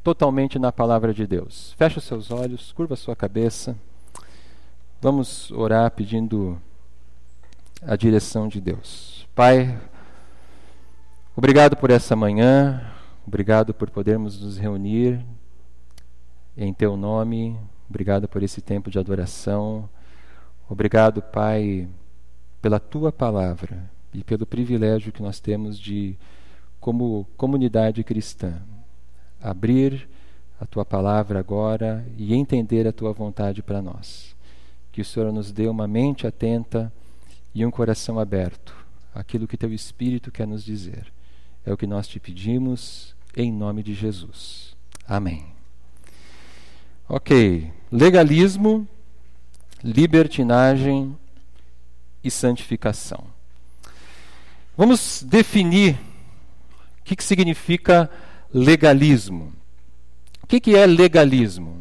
totalmente na palavra de Deus. Feche os seus olhos, curva a sua cabeça. Vamos orar pedindo a direção de Deus. Pai, obrigado por essa manhã, obrigado por podermos nos reunir em Teu nome, obrigado por esse tempo de adoração. Obrigado, Pai, pela Tua palavra e pelo privilégio que nós temos de, como comunidade cristã, abrir a Tua palavra agora e entender a Tua vontade para nós. Que o Senhor nos dê uma mente atenta e um coração aberto àquilo que Teu Espírito quer nos dizer. É o que nós te pedimos, em nome de Jesus. Amém. Ok. Legalismo, libertinagem e santificação. Vamos definir o que significa legalismo. O que é legalismo?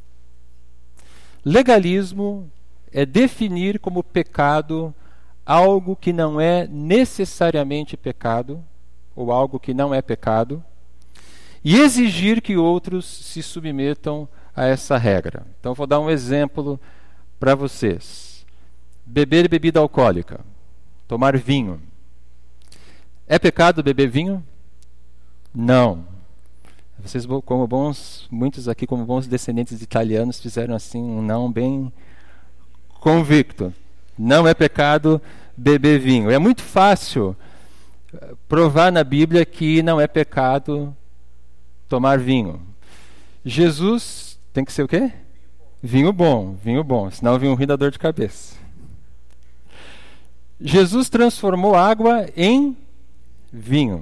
Legalismo é definir como pecado algo que não é necessariamente pecado, ou algo que não é pecado, e exigir que outros se submetam a essa regra. Então vou dar um exemplo para vocês. Beber bebida alcoólica, tomar vinho. É pecado beber vinho? Não. Vocês, muitos aqui como bons descendentes de italianos, fizeram assim um não bem convicto. Não é pecado beber vinho. É muito fácil provar na Bíblia que não é pecado tomar vinho. Jesus tem que ser o quê? Vinho bom, senão o vinho ruim dá dor de cabeça. Jesus transformou água em vinho.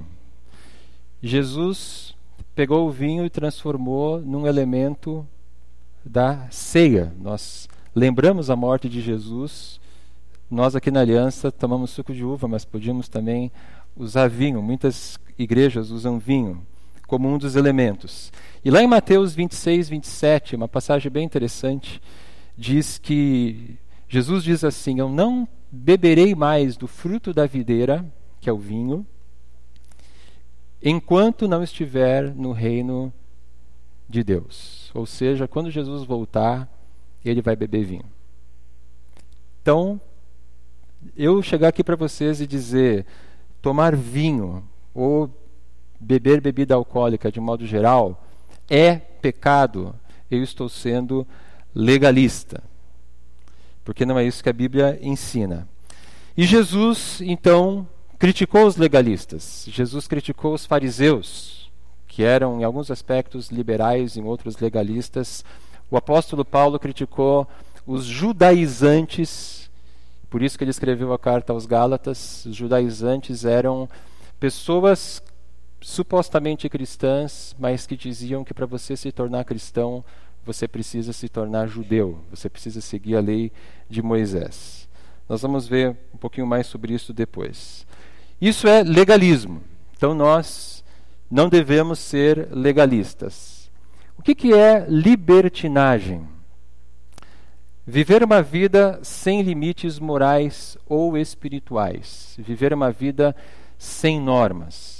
Jesus pegou o vinho e transformou num elemento da ceia. Nós lembramos a morte de Jesus. Nós aqui na Aliança tomamos suco de uva, mas podíamos também usar vinho. Muitas igrejas usam vinho como um dos elementos. E lá em Mateus 26, 27, uma passagem bem interessante, diz que Jesus diz assim: eu não beberei mais do fruto da videira, que é o vinho, enquanto não estiver no reino de Deus. Ou seja, quando Jesus voltar, ele vai beber vinho. Então, eu chegar aqui para vocês e dizer tomar vinho ou beber bebida alcoólica de modo geral é pecado, eu estou sendo legalista, porque não é isso que a Bíblia ensina. E Jesus, então, criticou os legalistas. Jesus criticou os fariseus, que eram em alguns aspectos liberais, em outros legalistas. O apóstolo Paulo criticou os judaizantes, por isso que ele escreveu a carta aos Gálatas. Os judaizantes eram pessoas supostamente cristãs, mas que diziam que para você se tornar cristão, você precisa se tornar judeu, você precisa seguir a lei de Moisés. Nós vamos ver um pouquinho mais sobre isso depois. Isso é legalismo. Então nós não devemos ser legalistas. O que é libertinagem? Viver uma vida sem limites morais ou espirituais. Viver uma vida sem normas.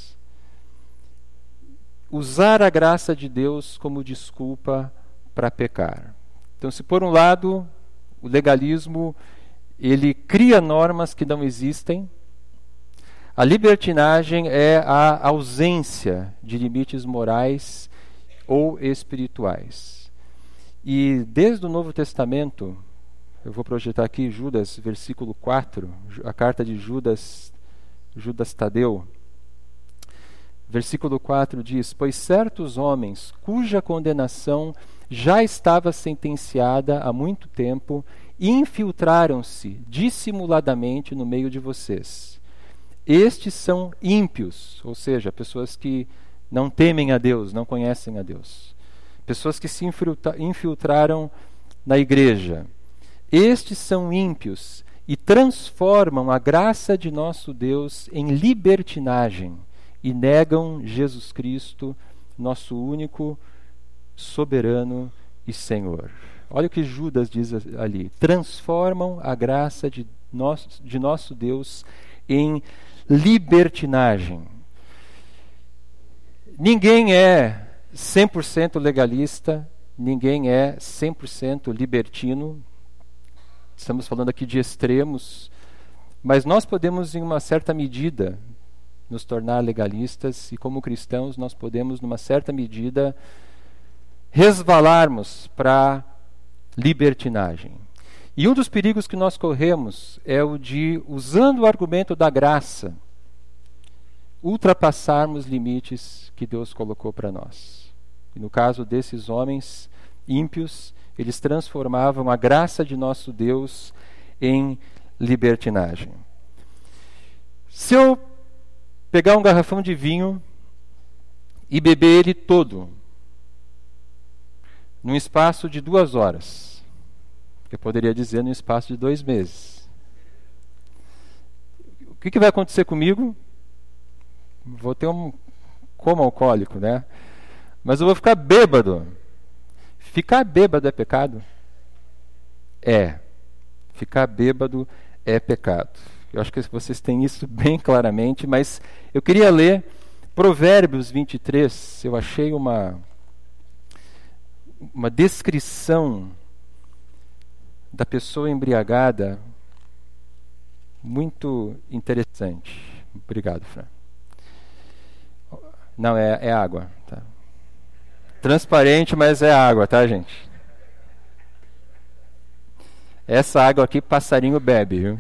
Usar a graça de Deus como desculpa para pecar. Então, se por um lado o legalismo ele cria normas que não existem, a libertinagem é a ausência de limites morais ou espirituais. E desde o Novo Testamento, eu vou projetar aqui Judas, versículo 4, a carta de Judas Tadeu. Versículo 4 diz: pois certos homens, cuja condenação já estava sentenciada há muito tempo, infiltraram-se dissimuladamente no meio de vocês. Estes são ímpios, ou seja, pessoas que não temem a Deus, não conhecem a Deus. Pessoas que se infiltraram na igreja. Estes são ímpios e transformam a graça de nosso Deus em libertinagem e negam Jesus Cristo, nosso único soberano e Senhor. Olha o que Judas diz ali. Transformam a graça de nosso Deus em libertinagem. Ninguém é 100% legalista, ninguém é 100% libertino. Estamos falando aqui de extremos, mas nós podemos, em uma certa medida, nos tornar legalistas, e como cristãos nós podemos, numa certa medida, resvalarmos para libertinagem. E um dos perigos que nós corremos é o de, usando o argumento da graça, ultrapassarmos limites que Deus colocou para nós. E no caso desses homens ímpios, eles transformavam a graça de nosso Deus em libertinagem. Se eu pegar um garrafão de vinho e beber ele todo, num espaço de 2 horas, eu poderia dizer num espaço de 2 meses, o que vai acontecer comigo? Vou ter um coma alcoólico, né? Mas eu vou ficar bêbado. Ficar bêbado é pecado? É. Ficar bêbado é pecado. Eu acho que vocês têm isso bem claramente, mas eu queria ler Provérbios 23. Eu achei uma descrição da pessoa embriagada muito interessante. Obrigado, Fran. Não, é água. Tá? Transparente, mas é água, tá, gente? Essa água aqui, passarinho bebe, viu?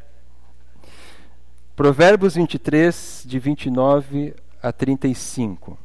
Provérbios 23, de 29 a 35.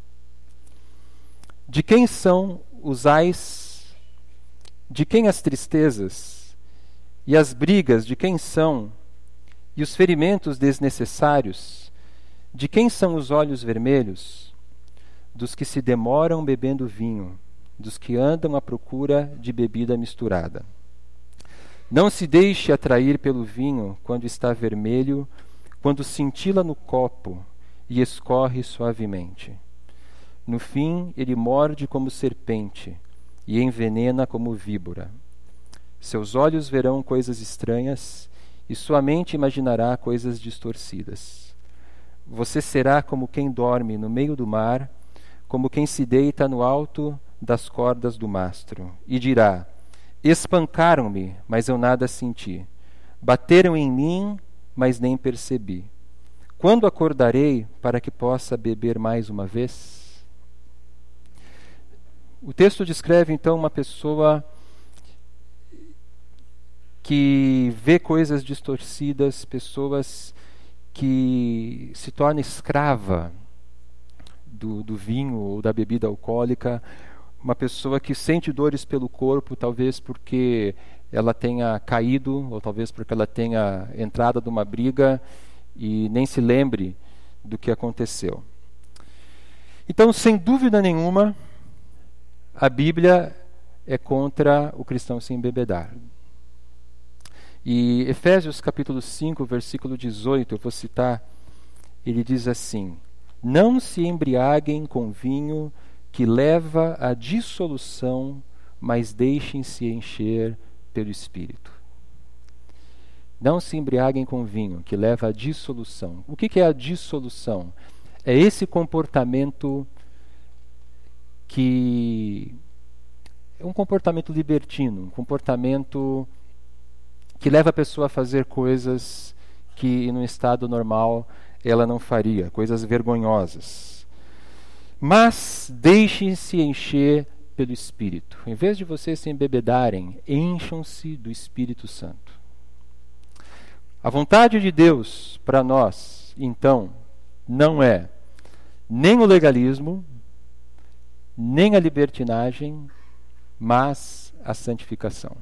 De quem são os ais? De quem as tristezas? E as brigas, de quem são? E os ferimentos desnecessários? De quem são os olhos vermelhos? Dos que se demoram bebendo vinho, dos que andam à procura de bebida misturada. Não se deixe atrair pelo vinho quando está vermelho, quando cintila no copo e escorre suavemente. No fim, ele morde como serpente e envenena como víbora. Seus olhos verão coisas estranhas e sua mente imaginará coisas distorcidas. Você será como quem dorme no meio do mar, como quem se deita no alto das cordas do mastro, e dirá: espancaram-me, mas eu nada senti. Bateram em mim, mas nem percebi. Quando acordarei para que possa beber mais uma vez? O texto descreve então uma pessoa que vê coisas distorcidas, pessoas que se torna escrava do vinho ou da bebida alcoólica, uma pessoa que sente dores pelo corpo, talvez porque ela tenha caído, ou talvez porque ela tenha entrado numa briga e nem se lembre do que aconteceu. Então, sem dúvida nenhuma, a Bíblia é contra o cristão se embebedar. E Efésios capítulo 5, versículo 18, eu vou citar, ele diz assim: não se embriaguem com vinho que leva à dissolução, mas deixem-se encher pelo Espírito. Não se embriaguem com vinho que leva à dissolução. O que é a dissolução? É esse comportamento que é um comportamento libertino, um comportamento que leva a pessoa a fazer coisas que, no estado normal, ela não faria, coisas vergonhosas. Mas deixem-se encher pelo Espírito. Em vez de vocês se embebedarem, encham-se do Espírito Santo. A vontade de Deus para nós, então, não é nem o legalismo, nem a libertinagem, mas a santificação.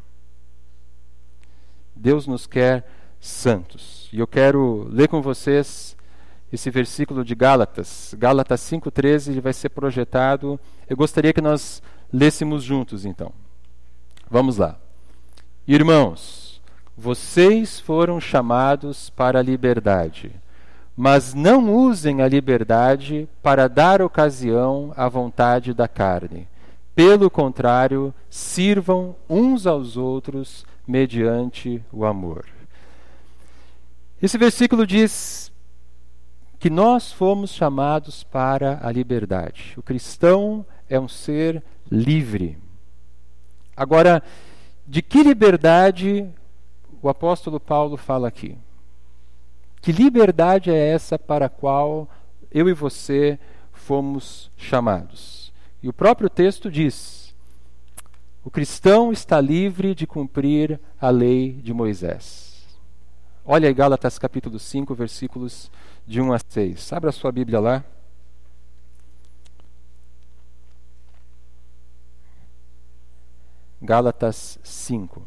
Deus nos quer santos. E eu quero ler com vocês esse versículo de Gálatas. Gálatas 5,13, ele vai ser projetado. Eu gostaria que nós lêssemos juntos, então. Vamos lá. Irmãos, vocês foram chamados para a liberdade, mas não usem a liberdade para dar ocasião à vontade da carne. Pelo contrário, sirvam uns aos outros mediante o amor. Esse versículo diz que nós fomos chamados para a liberdade. O cristão é um ser livre. Agora, de que liberdade o apóstolo Paulo fala aqui? Que liberdade é essa para a qual eu e você fomos chamados? E o próprio texto diz: o cristão está livre de cumprir a lei de Moisés. Olha aí Gálatas capítulo 5, versículos de 1 a 6. Abra a sua Bíblia lá. Gálatas 5.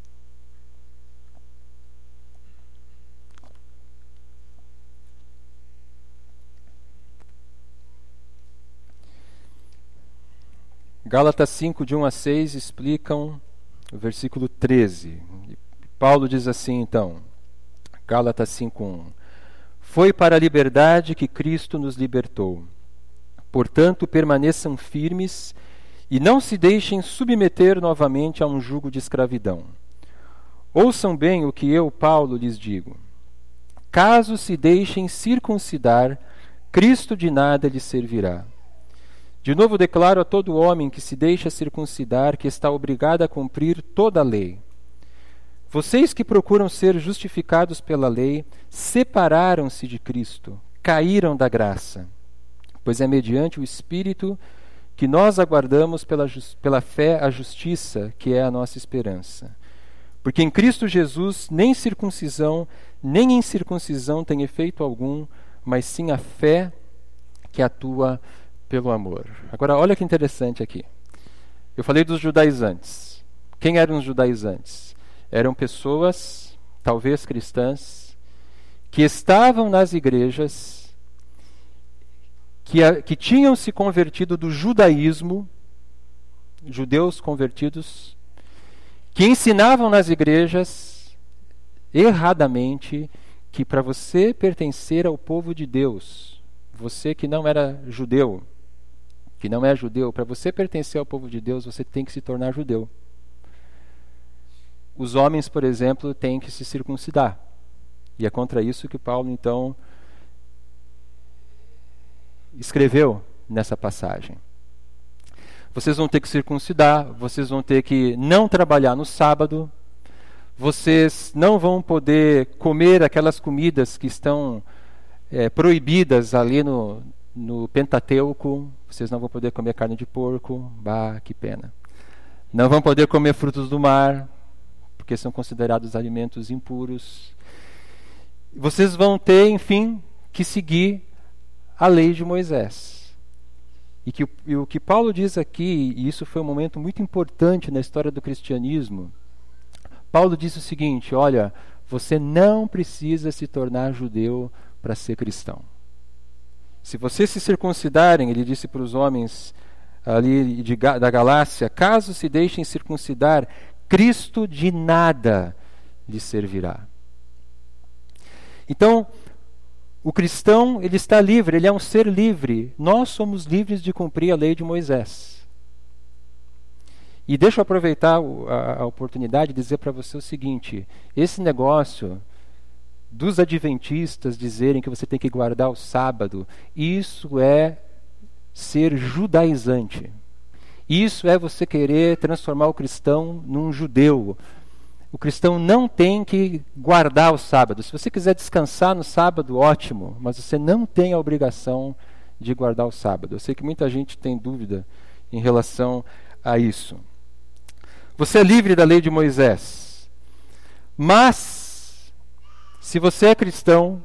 Gálatas 5, de 1 a 6, explicam o versículo 13. Paulo diz assim, então, Gálatas 5:1. Foi para a liberdade que Cristo nos libertou. Portanto, permaneçam firmes e não se deixem submeter novamente a um jugo de escravidão. Ouçam bem o que eu, Paulo, lhes digo. Caso se deixem circuncidar, Cristo de nada lhes servirá. De novo declaro a todo homem que se deixa circuncidar que está obrigado a cumprir toda a lei. Vocês que procuram ser justificados pela lei, separaram-se de Cristo, caíram da graça, pois é mediante o Espírito que nós aguardamos pela fé a justiça, que é a nossa esperança. Porque em Cristo Jesus nem circuncisão, nem incircuncisão tem efeito algum, mas sim a fé que atua pelo amor. Agora, olha que interessante aqui. Eu falei dos judaizantes. Quem eram os judaizantes? Eram pessoas, talvez cristãs, que estavam nas igrejas, que tinham se convertido do judaísmo, judeus convertidos, que ensinavam nas igrejas, erradamente, que para você pertencer ao povo de Deus, você que não era judeu, que não é judeu, para você pertencer ao povo de Deus, você tem que se tornar judeu. Os homens, por exemplo, têm que se circuncidar. E é contra isso que Paulo, então, escreveu nessa passagem. Vocês vão ter que circuncidar, vocês vão ter que não trabalhar no sábado, vocês não vão poder comer aquelas comidas que estão proibidas ali no Pentateuco, vocês não vão poder comer carne de porco, bah, que pena. Não vão poder comer frutos do mar, porque são considerados alimentos impuros. Vocês vão ter, enfim, que seguir a lei de Moisés. E o que Paulo diz aqui, e isso foi um momento muito importante na história do cristianismo, Paulo diz o seguinte: olha, você não precisa se tornar judeu para ser cristão. Se vocês se circuncidarem, ele disse para os homens ali da Galácia, caso se deixem circuncidar, Cristo de nada lhes servirá. Então, o cristão, ele está livre, ele é um ser livre. Nós somos livres de cumprir a lei de Moisés. E deixa eu aproveitar a oportunidade de dizer para você o seguinte: esse negócio dos adventistas dizerem que você tem que guardar o sábado, isso é ser judaizante. Isso é você querer transformar o cristão num judeu. O cristão não tem que guardar o sábado. Se você quiser descansar no sábado, ótimo, mas você não tem a obrigação de guardar o sábado. Eu sei que muita gente tem dúvida em relação a isso. Você é livre da lei de Moisés. Mas, se você é cristão,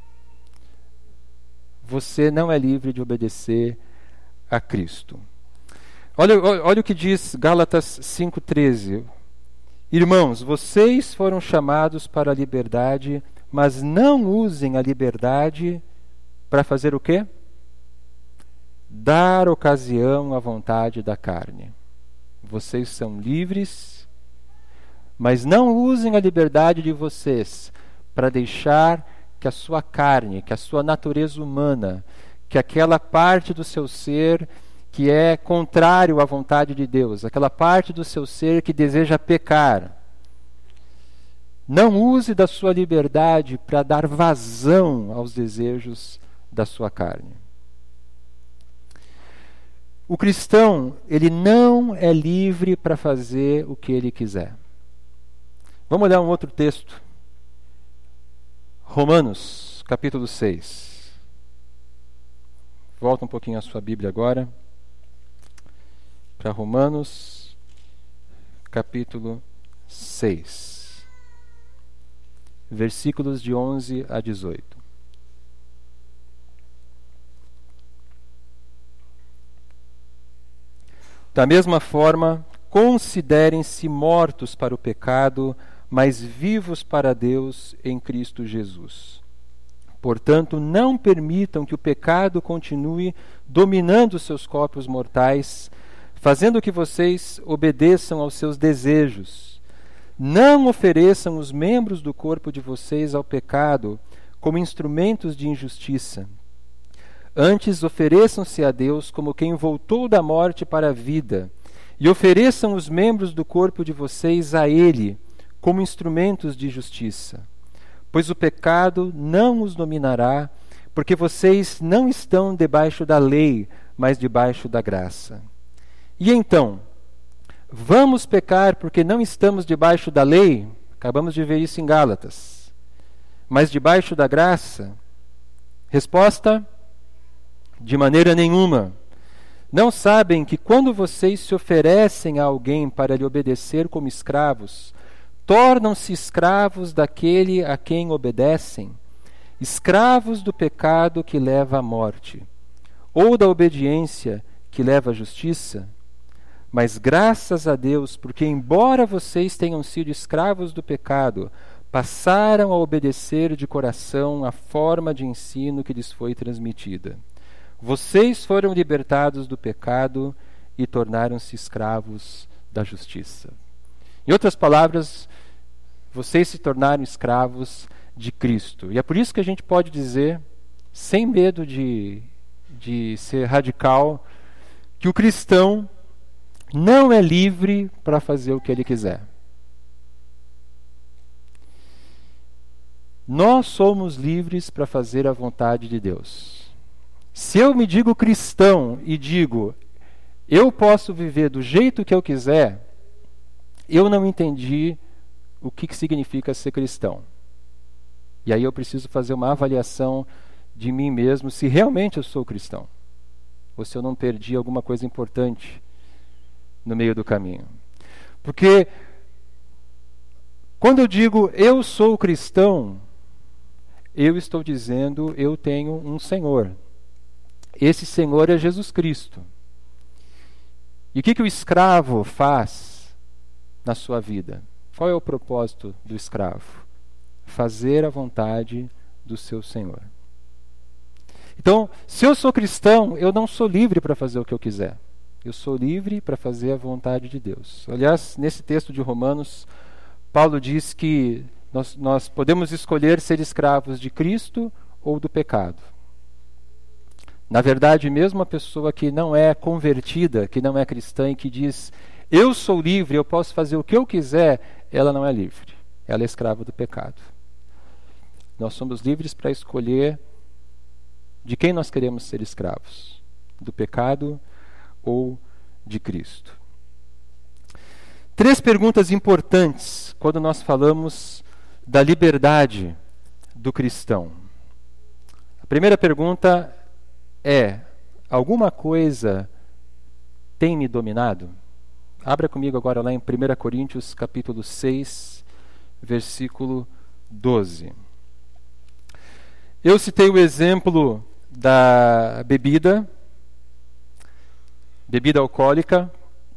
você não é livre de obedecer a Cristo. Olha o que diz Gálatas 5,13. Irmãos, vocês foram chamados para a liberdade, mas não usem a liberdade para fazer o quê? Dar ocasião à vontade da carne. Vocês são livres, mas não usem a liberdade de vocês para deixar que a sua carne, que a sua natureza humana, que aquela parte do seu ser que é contrário à vontade de Deus, aquela parte do seu ser que deseja pecar. Não use da sua liberdade para dar vazão aos desejos da sua carne. O cristão, ele não é livre para fazer o que ele quiser. Vamos olhar um outro texto. Romanos, capítulo 6. Volta um pouquinho a sua Bíblia agora. Para Romanos, capítulo 6. Versículos de 11 a 18. Da mesma forma, considerem-se mortos para o pecado, mas vivos para Deus em Cristo Jesus. Portanto, não permitam que o pecado continue dominando seus corpos mortais, fazendo que vocês obedeçam aos seus desejos. Não ofereçam os membros do corpo de vocês ao pecado como instrumentos de injustiça. Antes, ofereçam-se a Deus como quem voltou da morte para a vida, e ofereçam os membros do corpo de vocês a Ele, como instrumentos de justiça. Pois o pecado não os dominará, porque vocês não estão debaixo da lei, mas debaixo da graça. E então, vamos pecar porque não estamos debaixo da lei? Acabamos de ver isso em Gálatas. Mas debaixo da graça? Resposta: de maneira nenhuma. Não sabem que quando vocês se oferecem a alguém para lhe obedecer como escravos, tornam-se escravos daquele a quem obedecem, escravos do pecado que leva à morte, ou da obediência que leva à justiça? Mas graças a Deus, porque embora vocês tenham sido escravos do pecado, passaram a obedecer de coração a forma de ensino que lhes foi transmitida. Vocês foram libertados do pecado e tornaram-se escravos da justiça. Em outras palavras, vocês se tornaram escravos de Cristo. E é por isso que a gente pode dizer, sem medo de ser radical, que o cristão não é livre para fazer o que ele quiser. Nós somos livres para fazer a vontade de Deus. Se eu me digo cristão e digo, eu posso viver do jeito que eu quiser, eu não entendi o que significa ser cristão. E aí eu preciso fazer uma avaliação de mim mesmo, se realmente eu sou cristão, ou se eu não perdi alguma coisa importante no meio do caminho. Porque quando eu digo eu sou cristão, eu estou dizendo eu tenho um Senhor. Esse Senhor é Jesus Cristo. E o que o escravo faz na sua vida? Qual é o propósito do escravo? Fazer a vontade do seu Senhor. Então, se eu sou cristão, eu não sou livre para fazer o que eu quiser. Eu sou livre para fazer a vontade de Deus. Aliás, nesse texto de Romanos, Paulo diz que nós podemos escolher ser escravos de Cristo ou do pecado. Na verdade, mesmo a pessoa que não é convertida, que não é cristã e que diz, eu sou livre, eu posso fazer o que eu quiser, ela não é livre. Ela é escrava do pecado. Nós somos livres para escolher de quem nós queremos ser escravos, do pecado ou de Cristo. 3 perguntas importantes quando nós falamos da liberdade do cristão. A primeira pergunta é: alguma coisa tem me dominado? Abra comigo agora lá em 1 Coríntios capítulo 6, versículo 12. Eu citei o exemplo da bebida alcoólica,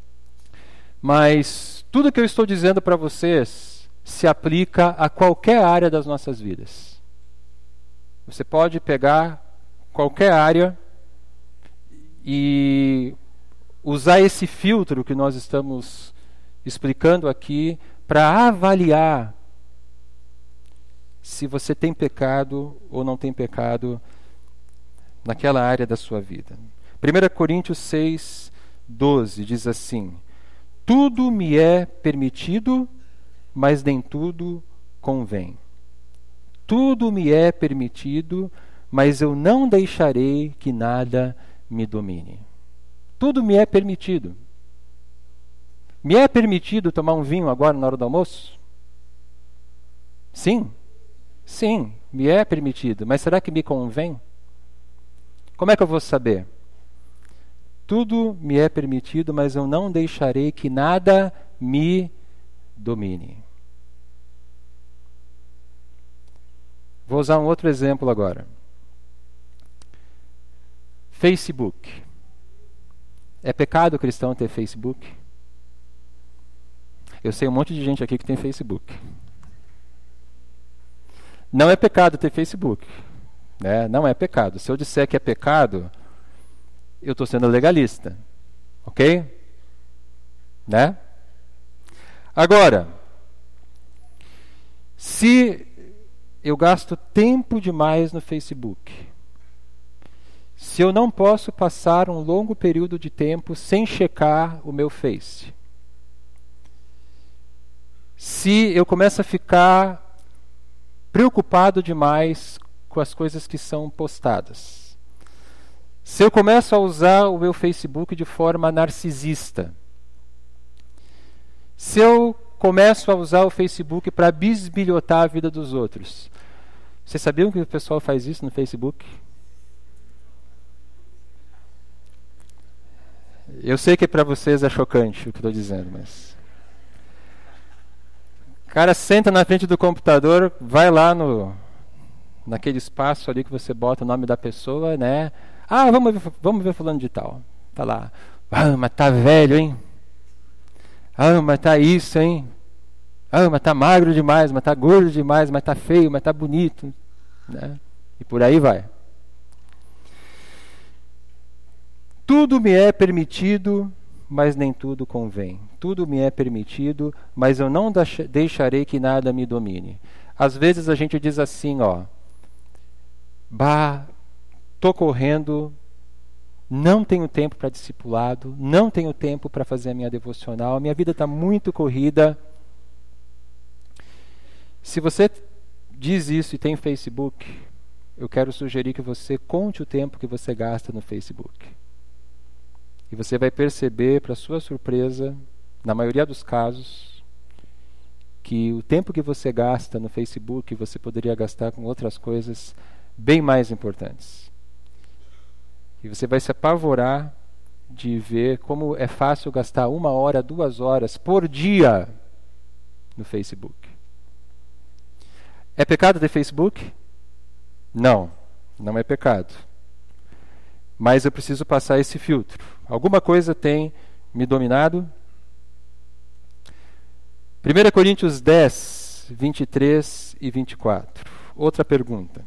mas tudo que eu estou dizendo para vocês se aplica a qualquer área das nossas vidas. Você pode pegar qualquer área e usar esse filtro que nós estamos explicando aqui para avaliar se você tem pecado ou não tem pecado naquela área da sua vida. 1 Coríntios 6, 12 diz assim: tudo me é permitido, mas nem tudo convém. Tudo me é permitido, mas eu não deixarei que nada me domine. Tudo me é permitido. Me é permitido tomar um vinho agora na hora do almoço? Sim. Sim, me é permitido. Mas será que me convém? Como é que eu vou saber? Tudo me é permitido, mas eu não deixarei que nada me domine. Vou usar um outro exemplo agora. Facebook. É pecado cristão ter Facebook? Eu sei um monte de gente aqui que tem Facebook. Não é pecado ter Facebook. Né? Não é pecado. Se eu disser que é pecado, eu estou sendo legalista. Ok? Né? Agora, se eu gasto tempo demais no Facebook, se eu não posso passar um longo período de tempo sem checar o meu Face, se eu começo a ficar preocupado demais com as coisas que são postadas, se eu começo a usar o meu Facebook de forma narcisista, se eu começo a usar o Facebook para bisbilhotar a vida dos outros. Vocês sabiam que o pessoal faz isso no Facebook? Eu sei que para vocês é chocante o que estou dizendo, mas... O cara senta na frente do computador, vai lá naquele espaço ali que você bota o nome da pessoa, né? Ah, vamos ver fulano de tal. Tá lá. Ah, mas tá velho, hein? Ah, mas tá isso, hein? Ah, mas tá magro demais, mas tá gordo demais, mas tá feio, mas tá bonito, né? E por aí vai. Tudo me é permitido, mas nem tudo convém. Tudo me é permitido, mas eu não deixarei que nada me domine. Às vezes a gente diz assim, ó, tô correndo, não tenho tempo para discipulado, não tenho tempo para fazer a minha devocional, minha vida está muito corrida. Se você diz isso e tem Facebook, eu quero sugerir que você conte o tempo que você gasta no Facebook. E você vai perceber, para sua surpresa, na maioria dos casos, que o tempo que você gasta no Facebook, você poderia gastar com outras coisas bem mais importantes. E você vai se apavorar de ver como é fácil gastar 1 hora, 2 horas por dia no Facebook. É pecado ter Facebook? Não, não é pecado. Mas eu preciso passar esse filtro. Alguma coisa tem me dominado? 1 Coríntios 10, 23 e 24. Outra pergunta.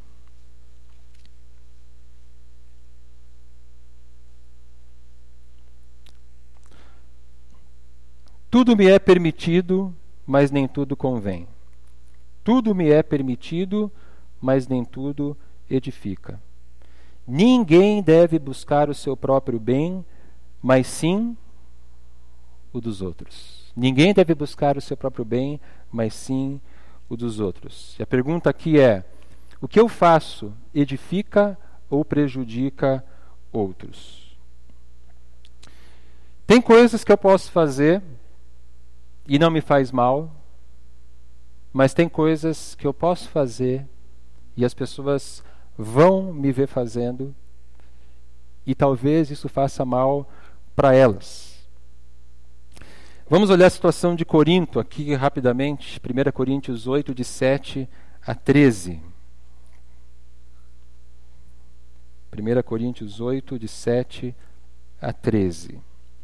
Tudo me é permitido, mas nem tudo convém. Tudo me é permitido, mas nem tudo edifica. Ninguém deve buscar o seu próprio bem, mas sim o dos outros. Ninguém deve buscar o seu próprio bem, mas sim o dos outros. E a pergunta aqui é: o que eu faço edifica ou prejudica outros? Tem coisas que eu posso fazer e não me faz mal, mas tem coisas que eu posso fazer e as pessoas vão me ver fazendo e talvez isso faça mal para elas. Vamos olhar a situação de Corinto aqui rapidamente, 1 Coríntios 8, de 7 a 13. 1 Coríntios 8, de 7 a 13.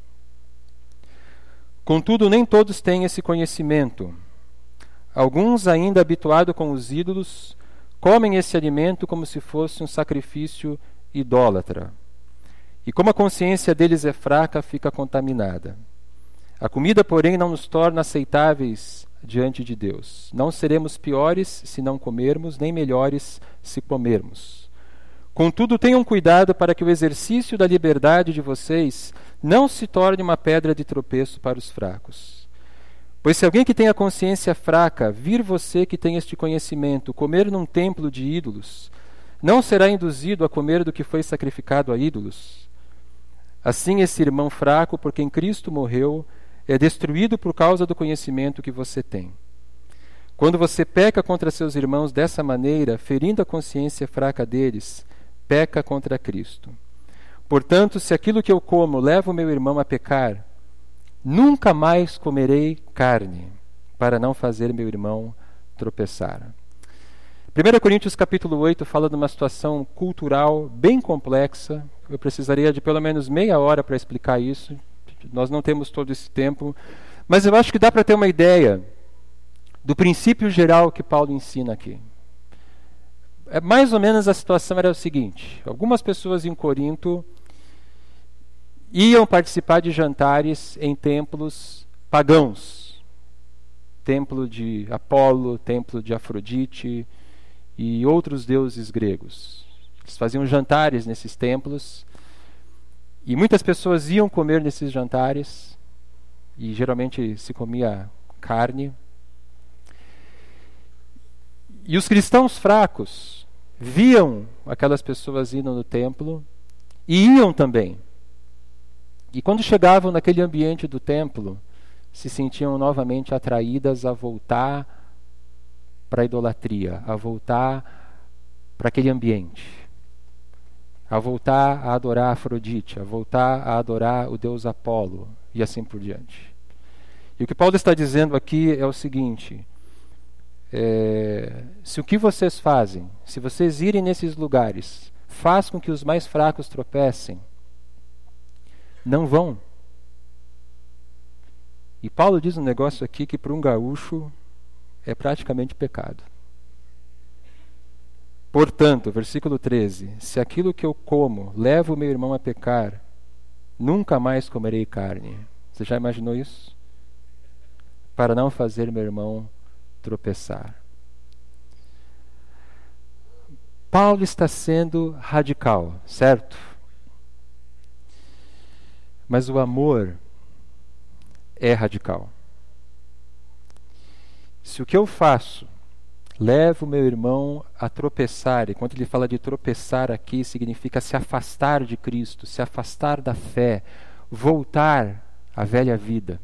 Contudo, nem todos têm esse conhecimento. Alguns, ainda habituados com os ídolos, comem esse alimento como se fosse um sacrifício idólatra. E como a consciência deles é fraca, fica contaminada. A comida, porém, não nos torna aceitáveis diante de Deus. Não seremos piores se não comermos, nem melhores se comermos. Contudo, tenham cuidado para que o exercício da liberdade de vocês não se torne uma pedra de tropeço para os fracos. Pois se alguém que tem a consciência fraca vir você que tem este conhecimento comer num templo de ídolos, não será induzido a comer do que foi sacrificado a ídolos? Assim, esse irmão fraco, por quem Cristo morreu, é destruído por causa do conhecimento que você tem. Quando você peca contra seus irmãos dessa maneira, ferindo a consciência fraca deles, peca contra Cristo. Portanto, se aquilo que eu como leva o meu irmão a pecar, nunca mais comerei carne, para não fazer meu irmão tropeçar. 1 Coríntios capítulo 8 fala de uma situação cultural bem complexa. Eu precisaria de pelo menos meia hora para explicar isso. Nós não temos todo esse tempo. Mas eu acho que dá para ter uma ideia do princípio geral que Paulo ensina aqui. Mais ou menos a situação era o seguinte: algumas pessoas em Corinto iam participar de jantares em templos pagãos. Templo de Apolo, templo de Afrodite e outros deuses gregos. Eles faziam jantares nesses templos e muitas pessoas iam comer nesses jantares e geralmente se comia carne. E os cristãos fracos viam aquelas pessoas indo no templo e iam também. E quando chegavam naquele ambiente do templo, se sentiam novamente atraídas a voltar para a idolatria, a voltar para aquele ambiente, a voltar a adorar Afrodite, a voltar a adorar o deus Apolo e assim por diante. E o que Paulo está dizendo aqui é o seguinte: se o que vocês fazem, se vocês irem nesses lugares, faz com que os mais fracos tropecem, não vão. E Paulo diz um negócio aqui que para um gaúcho é praticamente pecado. Portanto, versículo 13: se aquilo que eu como leva o meu irmão a pecar, nunca mais comerei carne. Você já imaginou isso? Para não fazer meu irmão tropeçar. Paulo está sendo radical, certo? Mas o amor é radical. Se o que eu faço leva o meu irmão a tropeçar, e quando ele fala de tropeçar aqui, significa se afastar de Cristo, se afastar da fé, voltar à velha vida,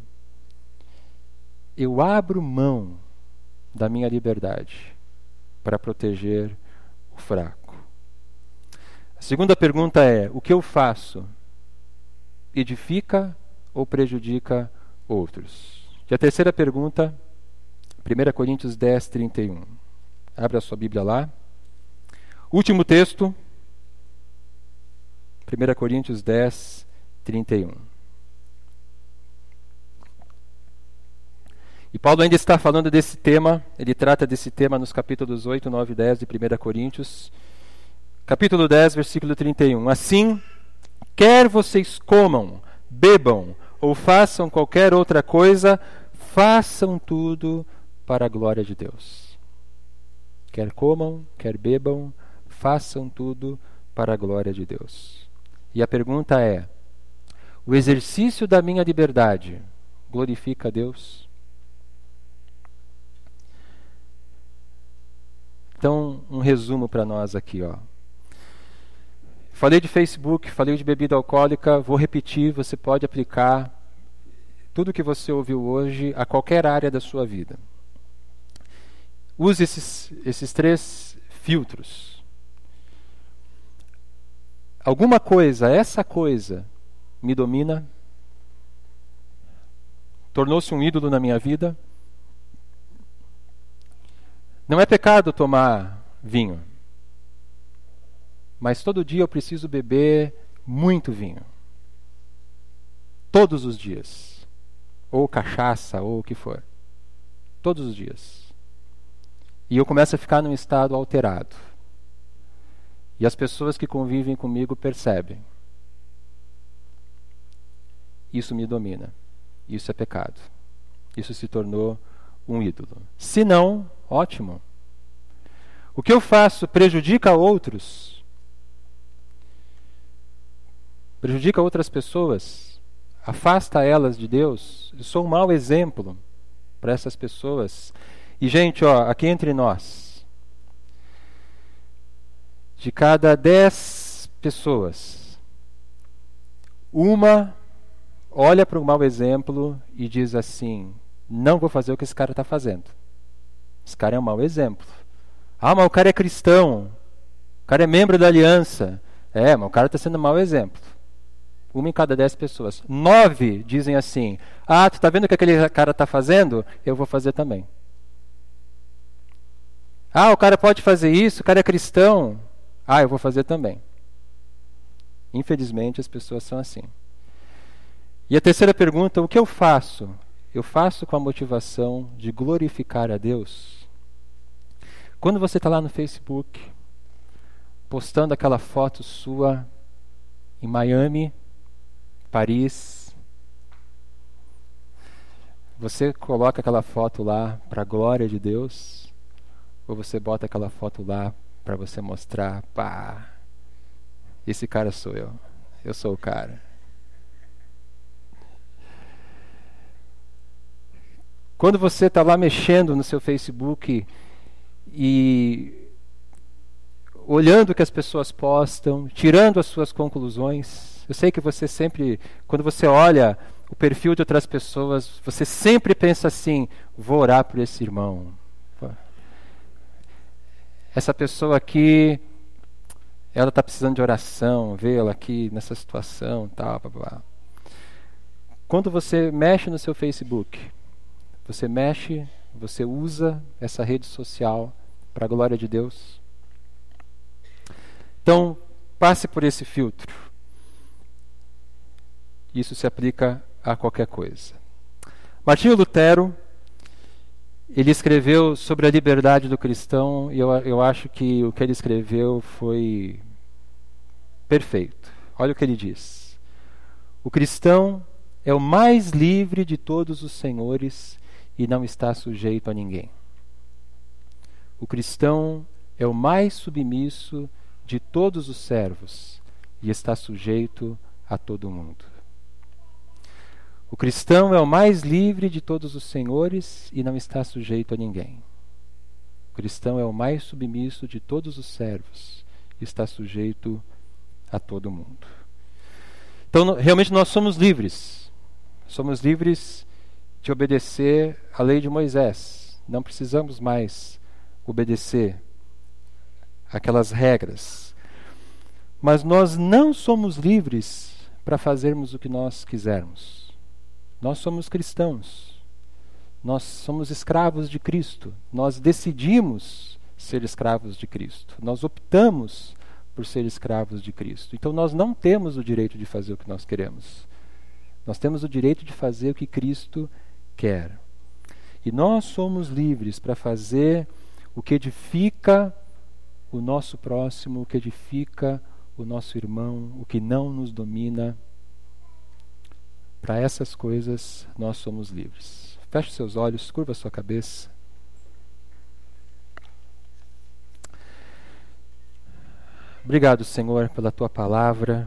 eu abro mão da minha liberdade para proteger o fraco. A segunda pergunta é: o que eu faço edifica ou prejudica outros? E a terceira pergunta, 1 Coríntios 10, 31. Abra a sua Bíblia lá. Último texto, 1 Coríntios 10, 31. E Paulo ainda está falando desse tema, ele trata desse tema nos capítulos 8, 9 e 10 de 1 Coríntios. Capítulo 10, versículo 31. Assim, quer vocês comam, bebam ou façam qualquer outra coisa, façam tudo para a glória de Deus. Quer comam, quer bebam, façam tudo para a glória de Deus. E a pergunta é: o exercício da minha liberdade glorifica a Deus? Então, um resumo para nós aqui, ó. Falei de Facebook, falei de bebida alcoólica, vou repetir, você pode aplicar tudo que você ouviu hoje a qualquer área da sua vida. Use esses 3 filtros. Alguma coisa, essa coisa, me domina, tornou-se um ídolo na minha vida. Não é pecado tomar vinho, mas todo dia eu preciso beber muito vinho. Todos os dias. Ou cachaça, ou o que for. Todos os dias. E eu começo a ficar num estado alterado. E as pessoas que convivem comigo percebem. Isso me domina. Isso é pecado. Isso se tornou um ídolo. Se não, ótimo. O que eu faço prejudica outros? Prejudica outras pessoas? Afasta elas de Deus? Eu sou um mau exemplo para essas pessoas. E, gente, ó, aqui entre nós, de cada 10 pessoas, uma olha para o mau exemplo e diz assim: não vou fazer o que esse cara está fazendo. Esse cara é um mau exemplo. Ah, mas o cara é cristão. O cara é membro da aliança. É, mas o cara está sendo um mau exemplo. Uma em cada 10 pessoas. 9 dizem assim: ah, tu está vendo o que aquele cara está fazendo? Eu vou fazer também. Ah, o cara pode fazer isso, o cara é cristão. Ah, eu vou fazer também. Infelizmente, as pessoas são assim. E a terceira pergunta: o que eu faço? Eu faço com a motivação de glorificar a Deus? Quando você está lá no Facebook, postando aquela foto sua em Miami, Paris, você coloca aquela foto lá para a glória de Deus? Ou você bota aquela foto lá para você mostrar: pá, esse cara sou eu sou o cara? Quando você está lá mexendo no seu Facebook e olhando o que as pessoas postam, tirando as suas conclusões, eu sei que você sempre, quando você olha o perfil de outras pessoas, você sempre pensa assim: vou orar por esse irmão. Essa pessoa aqui, ela está precisando de oração, vê-la aqui nessa situação, tal, blá, blá. Quando você mexe no seu Facebook, você usa essa rede social para a glória de Deus? Então, passe por esse filtro. Isso se aplica a qualquer coisa. Martinho Lutero, ele escreveu sobre a liberdade do cristão, e eu acho que o que ele escreveu foi perfeito. Olha o que ele diz: o cristão é o mais livre de todos os senhores e não está sujeito a ninguém. O cristão é o mais submisso de todos os servos e está sujeito a todo mundo. O cristão é o mais livre de todos os senhores e não está sujeito a ninguém. O cristão é o mais submisso de todos os servos e está sujeito a todo mundo. Então, realmente nós somos livres. Somos livres de obedecer à lei de Moisés. Não precisamos mais obedecer aquelas regras. Mas nós não somos livres para fazermos o que nós quisermos. Nós somos cristãos. Nós somos escravos de Cristo. Nós decidimos ser escravos de Cristo. Nós optamos por ser escravos de Cristo. Então nós não temos o direito de fazer o que nós queremos. Nós temos o direito de fazer o que Cristo quer. E nós somos livres para fazer o que edifica o nosso próximo, o que edifica o nosso irmão, o que não nos domina. Para essas coisas nós somos livres. Feche seus olhos, curva sua cabeça. Obrigado, Senhor, pela tua palavra.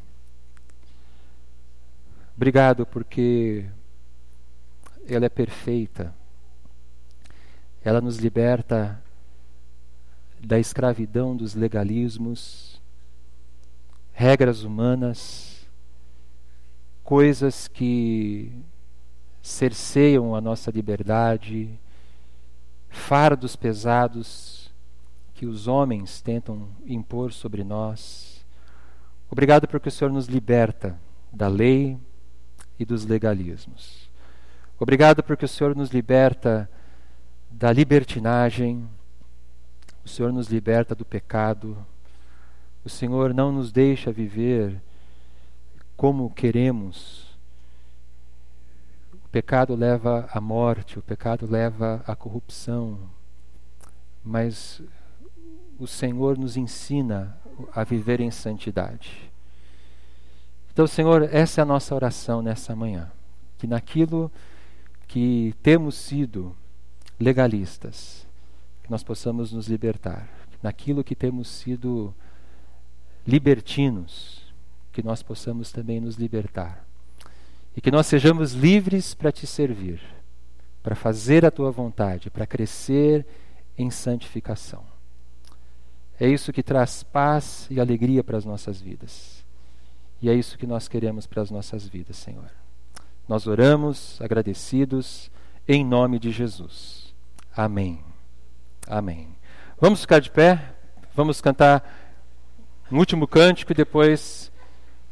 Obrigado porque ela é perfeita. Ela nos liberta da escravidão dos legalismos, regras humanas, coisas que cerceiam a nossa liberdade, fardos pesados que os homens tentam impor sobre nós. Obrigado porque o Senhor nos liberta da lei e dos legalismos. Obrigado porque o Senhor nos liberta da libertinagem, o Senhor nos liberta do pecado, o Senhor não nos deixa viver como queremos. O pecado leva à morte, o pecado leva à corrupção, mas o Senhor nos ensina a viver em santidade. Então, Senhor, essa é a nossa oração nessa manhã, que naquilo que temos sido legalistas, que nós possamos nos libertar. Naquilo que temos sido libertinos, que nós possamos também nos libertar. E que nós sejamos livres para te servir, para fazer a tua vontade, para crescer em santificação. É isso que traz paz e alegria para as nossas vidas. E é isso que nós queremos para as nossas vidas, Senhor. Nós oramos agradecidos em nome de Jesus. Amém. Amém. Vamos ficar de pé, vamos cantar um último cântico e depois